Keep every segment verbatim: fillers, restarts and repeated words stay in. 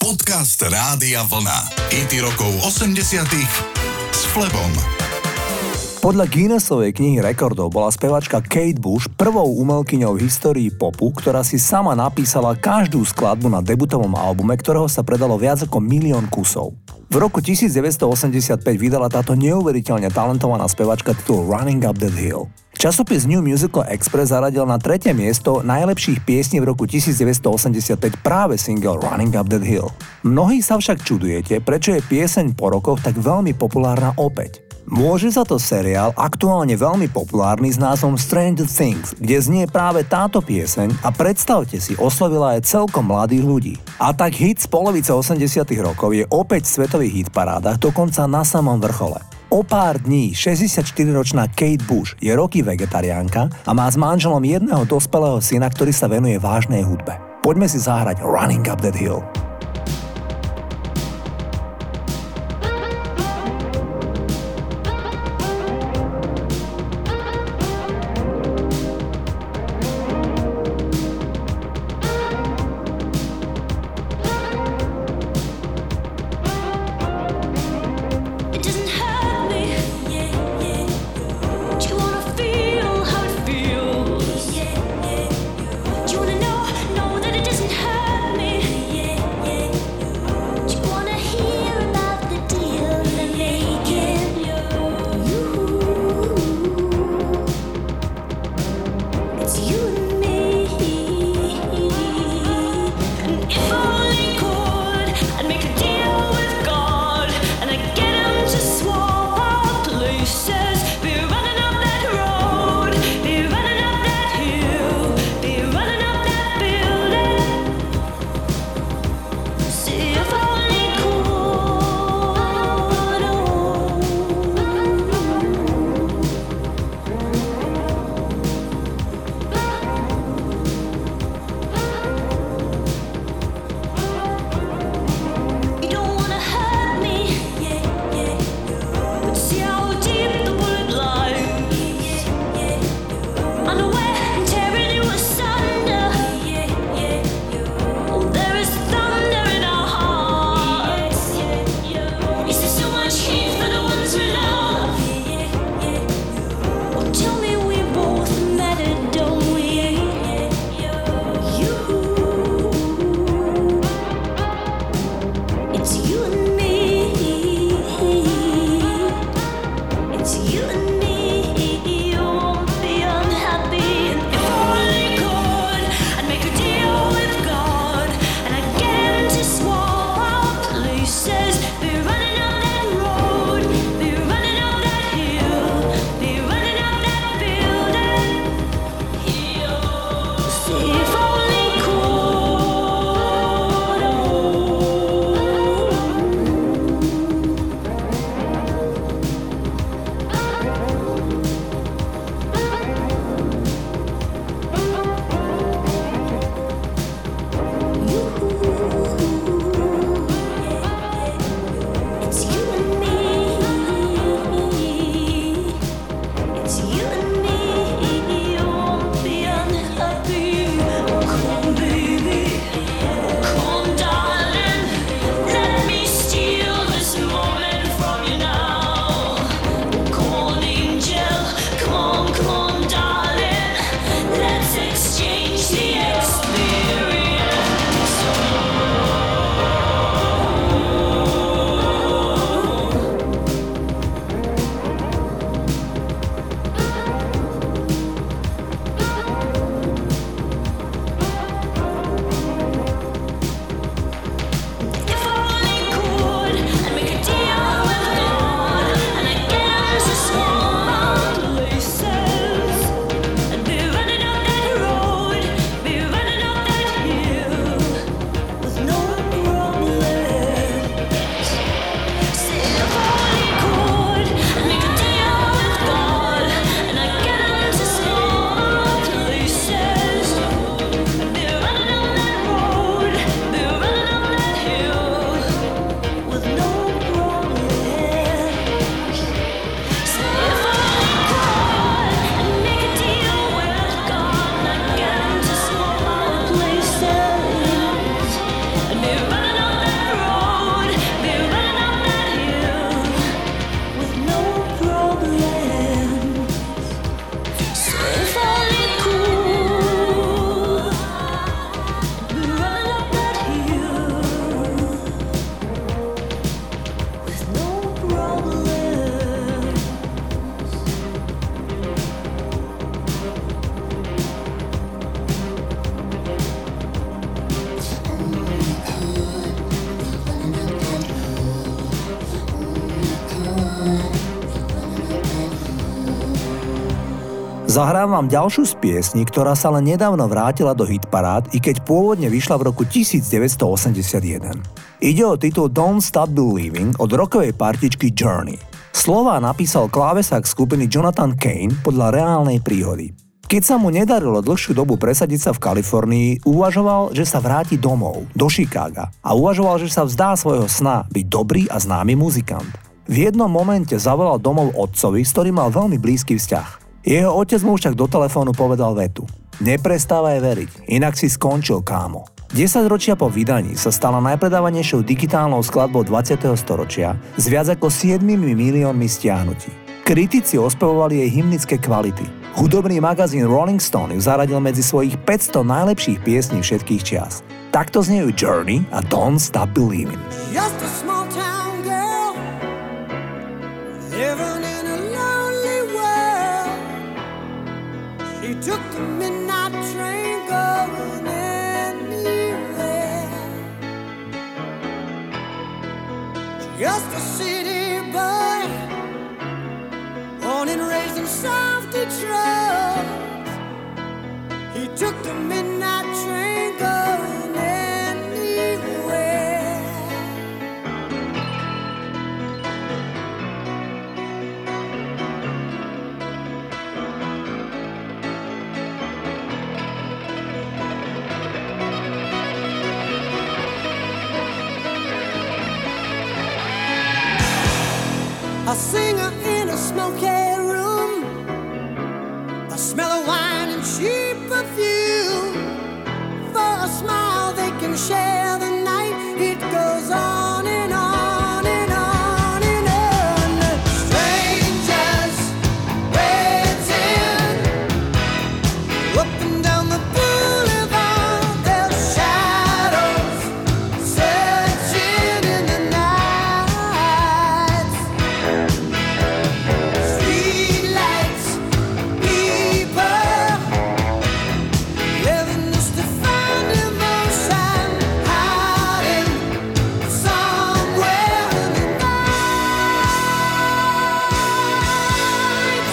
Podcast Rádia Vlna. Hity rokov osemdesiatych s Flebom. Podľa Guinnessovej knihy rekordov bola spevačka Kate Bush prvou umelkyňou v histórii popu, ktorá si sama napísala každú skladbu na debutovom albume, ktorého sa predalo viac ako milión kusov. V roku devätnásťstoosemdesiatpäť vydala táto neuveriteľne talentovaná spevačka titul Running Up That Hill. Časopis New Musical Express zaradil na tretie miesto najlepších piesní v roku devätnásťstoosemdesiatpäť práve single Running Up That Hill. Mnohí sa však čudujete, prečo je pieseň po rokoch tak veľmi populárna opäť. Môže za to seriál aktuálne veľmi populárny s názvom Stranger Things, kde znie práve táto pieseň a predstavte si, oslovila aj celkom mladých ľudí. A tak hit z polovice osemdesiatych rokov je opäť v svetových hitparádach, dokonca na samom vrchole. O pár dní šesťdesiatštyriročná Kate Bush je roky vegetariánka a má s manželom jedného dospelého syna, ktorý sa venuje vážnej hudbe. Poďme si zahrať Running Up That Hill. Yeah. Zahrám vám ďalšiu z piesní, ktorá sa len nedávno vrátila do hitparád, i keď pôvodne vyšla v roku devätnásťstoosemdesiatjeden. Ide o titul Don't Stop Believing od rockovej partičky Journey. Slová napísal klávesák skupiny Jonathan Cain podľa reálnej príhody. Keď sa mu nedarilo dlhšiu dobu presadiť sa v Kalifornii, uvažoval, že sa vráti domov, do Chicaga a uvažoval, že sa vzdá svojho sna byť dobrý a známy muzikant. V jednom momente zavolal domov otcovi, s ktorým mal veľmi blízky vzťah. Jeho otec mu však do telefónu povedal vetu: Neprestávaj veriť, inak si skončil, kámo. Desaťročia po vydaní sa stala najpredávanejšou digitálnou skladbou dvadsiateho storočia s viac ako siedmimi miliónmi stiahnutí. Kritici ospevovali jej hymnické kvality. Hudobný magazín Rolling Stone ju zaradil medzi svojich päťsto najlepších piesní všetkých čias. Takto znejú Journey a Don't Stop Believing. Just a small town girl living in a lonely world. She took the midnight train going anywhere. Just a city boy, born and raised in South Detroit. He took the midnight train going anywhere. A singer in a smoky room, the smell of wine and cheap perfume. For a smile they can share the night. It goes on and on and on and on. Strangers waiting up and down the boulevard. Their shadows searching in the night. Streetlights, people living just to find emotion, hiding somewhere in the night.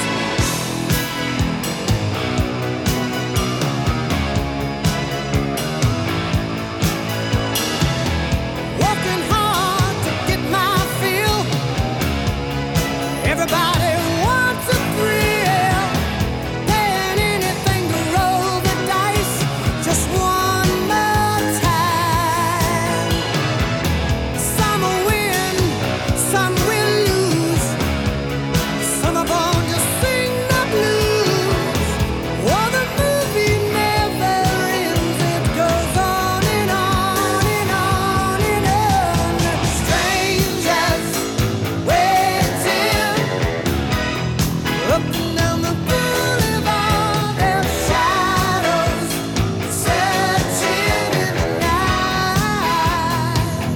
Working hard to get my fill. Everybody wants a thrill, paying anything to roll the dice just one more time. Some will win, some will lose. Some are born to sing the blues. Oh, the movie never ends. It goes on and on and on and on. Strangers waiting up and down the boulevard. Their shadows searching in the night.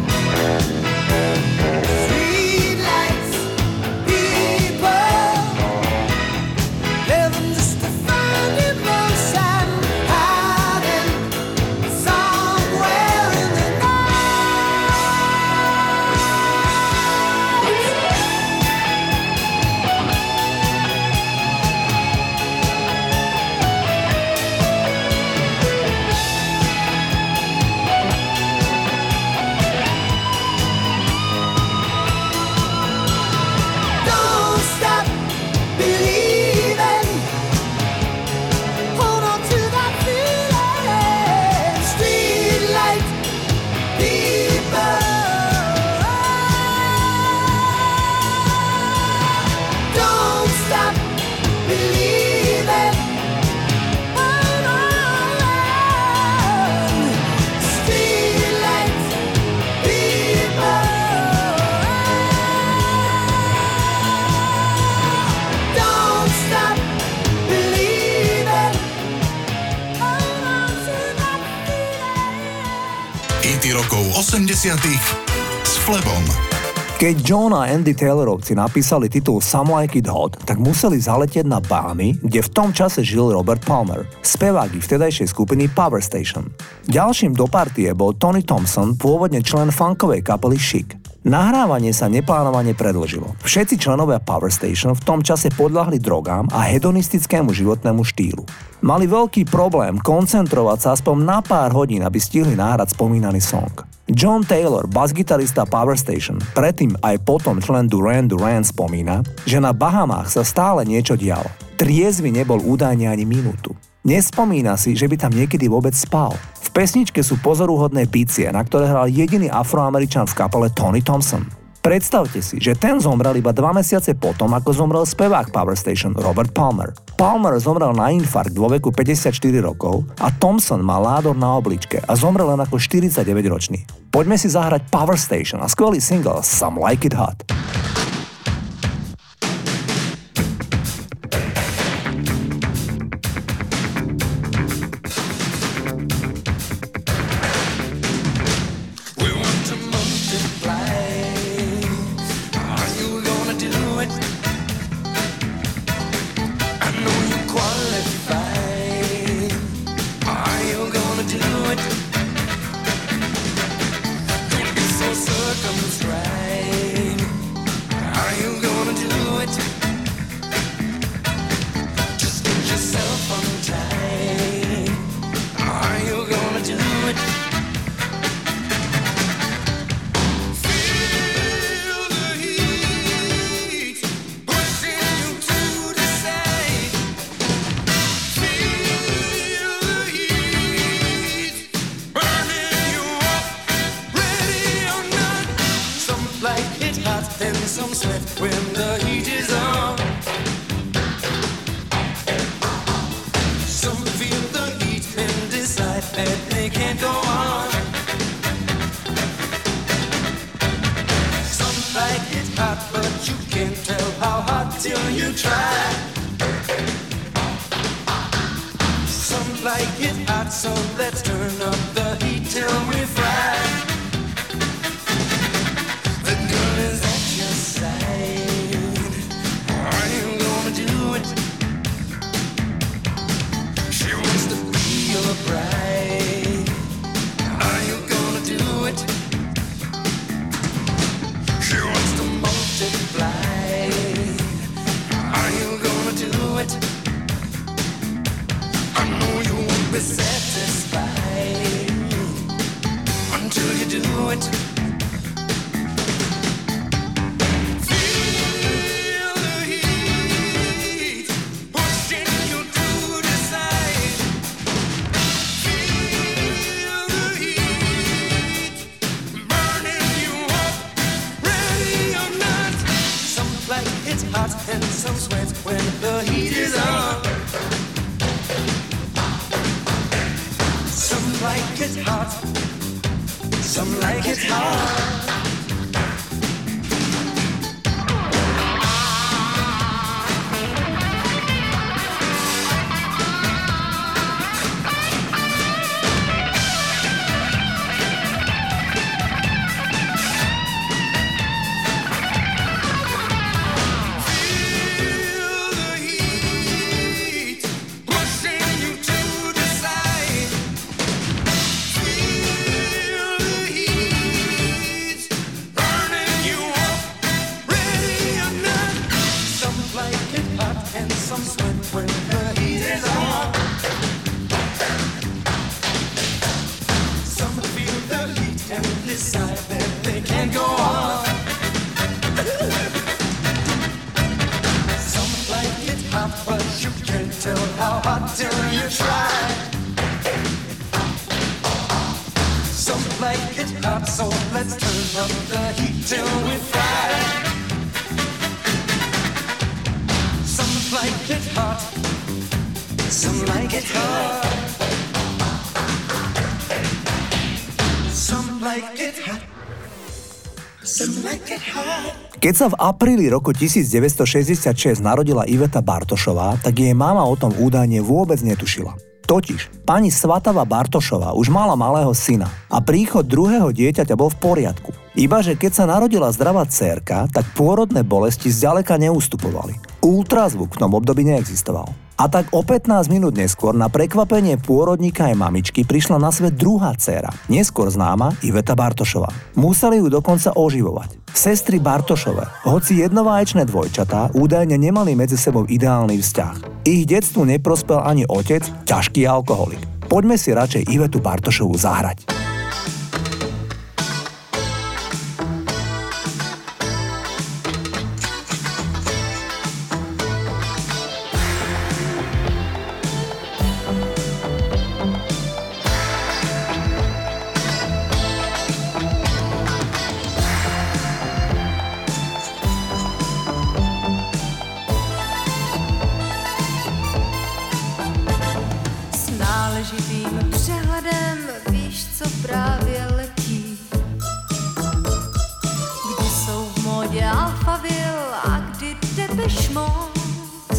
Streetlights, people living just to find emotion, hiding somewhere in the Don't stop believing. Hold on to that feeling. Streetlight people. Don't stop believing. Hold on. Streetlight people. Don't stop believing. Hold on to that feeling. Hity rokov osemdesiatych s Flebom. Keď John a Andy Taylorovci napísali titul Some Like It Hot, tak museli zaletieť na Bahamy, kde v tom čase žil Robert Palmer, spevák vtedajšej skupiny Power Station. Ďalším do partie bol Tony Thompson, pôvodne člen funkovej kapely Chic. Nahrávanie sa neplánovane predĺžilo. Všetci členovia Power Station v tom čase podľahli drogám a hedonistickému životnému štýlu. Mali veľký problém koncentrovať sa aspoň na pár hodín, aby stihli nahrať spomínaný song. John Taylor, basgitarista Power Station, predtým aj potom člen Duran Duran spomína, že na Bahamách sa stále niečo dialo. Triezvy nebol údajne ani minútu. Nespomína si, že by tam niekedy vôbec spal. V pesničke sú pozoruhodné bicie, na ktoré hral jediný Afroameričan v kapele Tony Thompson. Predstavte si, že ten zomrel iba dva mesiace potom, ako zomrel spevák Power Station Robert Palmer. Palmer zomrel na infarkt vo veku päťdesiatštyri rokov a Thompson mal nádor na obličke a zomrel len ako štyridsaťdeväťročný. Poďme si zahrať Power Station a skvelý single Some Like It Hot. Keď sa v apríli roku devätnásťstošesťdesiatšesť narodila Iveta Bartošová, tak jej mama o tom údajne vôbec netušila. Totiž, pani Svatava Bartošová už mala malého syna a príchod druhého dieťaťa bol v poriadku. Ibaže keď sa narodila zdravá dcérka, tak pôrodné bolesti zďaleka neustupovali. Ultrazvuk v tom období neexistoval. A tak o pätnásť minút neskôr na prekvapenie pôrodníka aj mamičky prišla na svet druhá dcéra, neskôr známa Iveta Bartošová. Museli ju dokonca oživovať. Sestry Bartošové, hoci jednovaječné dvojčatá, údajne nemali medzi sebou ideálny vzťah. Ich detstvu neprospel ani otec, ťažký alkoholik. Poďme si radšej Ivetu Bartošovú zahrať. Náležitým přehledem víš, co právě letí. Kdy jsou v módě Alphaville a kdy Depeche Mode.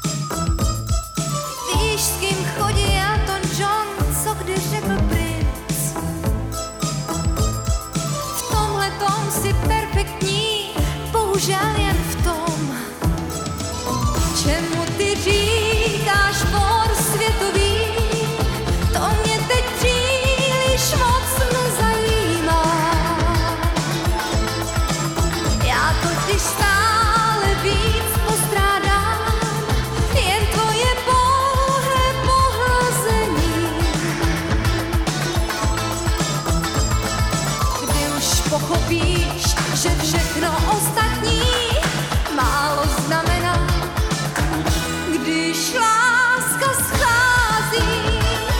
Víš, s kým chodí Elton John, co kdy řekl Prince. V tomhletom si perfektní, bohužel jen v tom, čemu ty říkáš for světový. To mě teď příliš moc nezajímá. Já totiž stále víc postrádám jen tvoje pouhé pohlazení. Kdy už pochopíš, že všechno ostatní málo znamená. Když láska schází.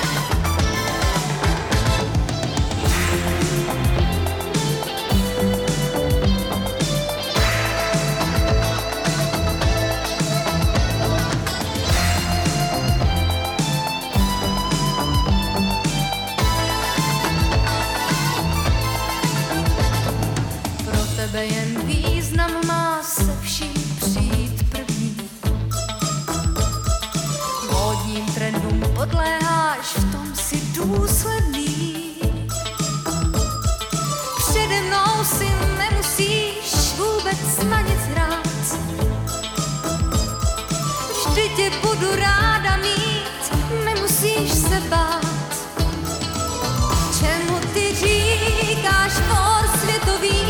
Tebe jen význam má se vším přijít první. Módním trendům podléháš, v tom si důsledný. Přede mnou si nemusíš vůbec na nic hrát. Vždy tě budu ráda mít, nemusíš se bát. Čemu ty říkáš for světový?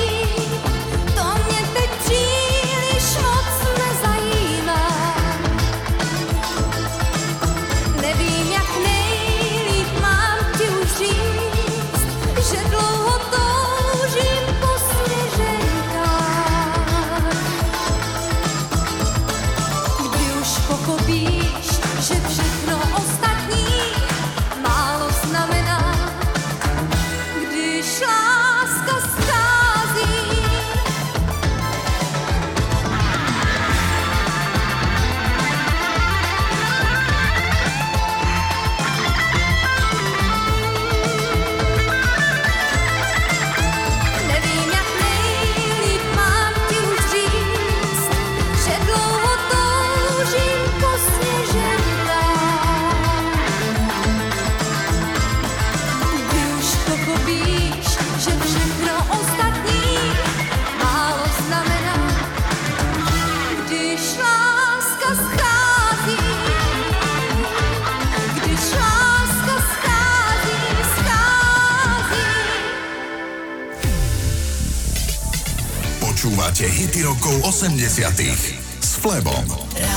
Počúvate hity rokov osemdesiatych s Flebom.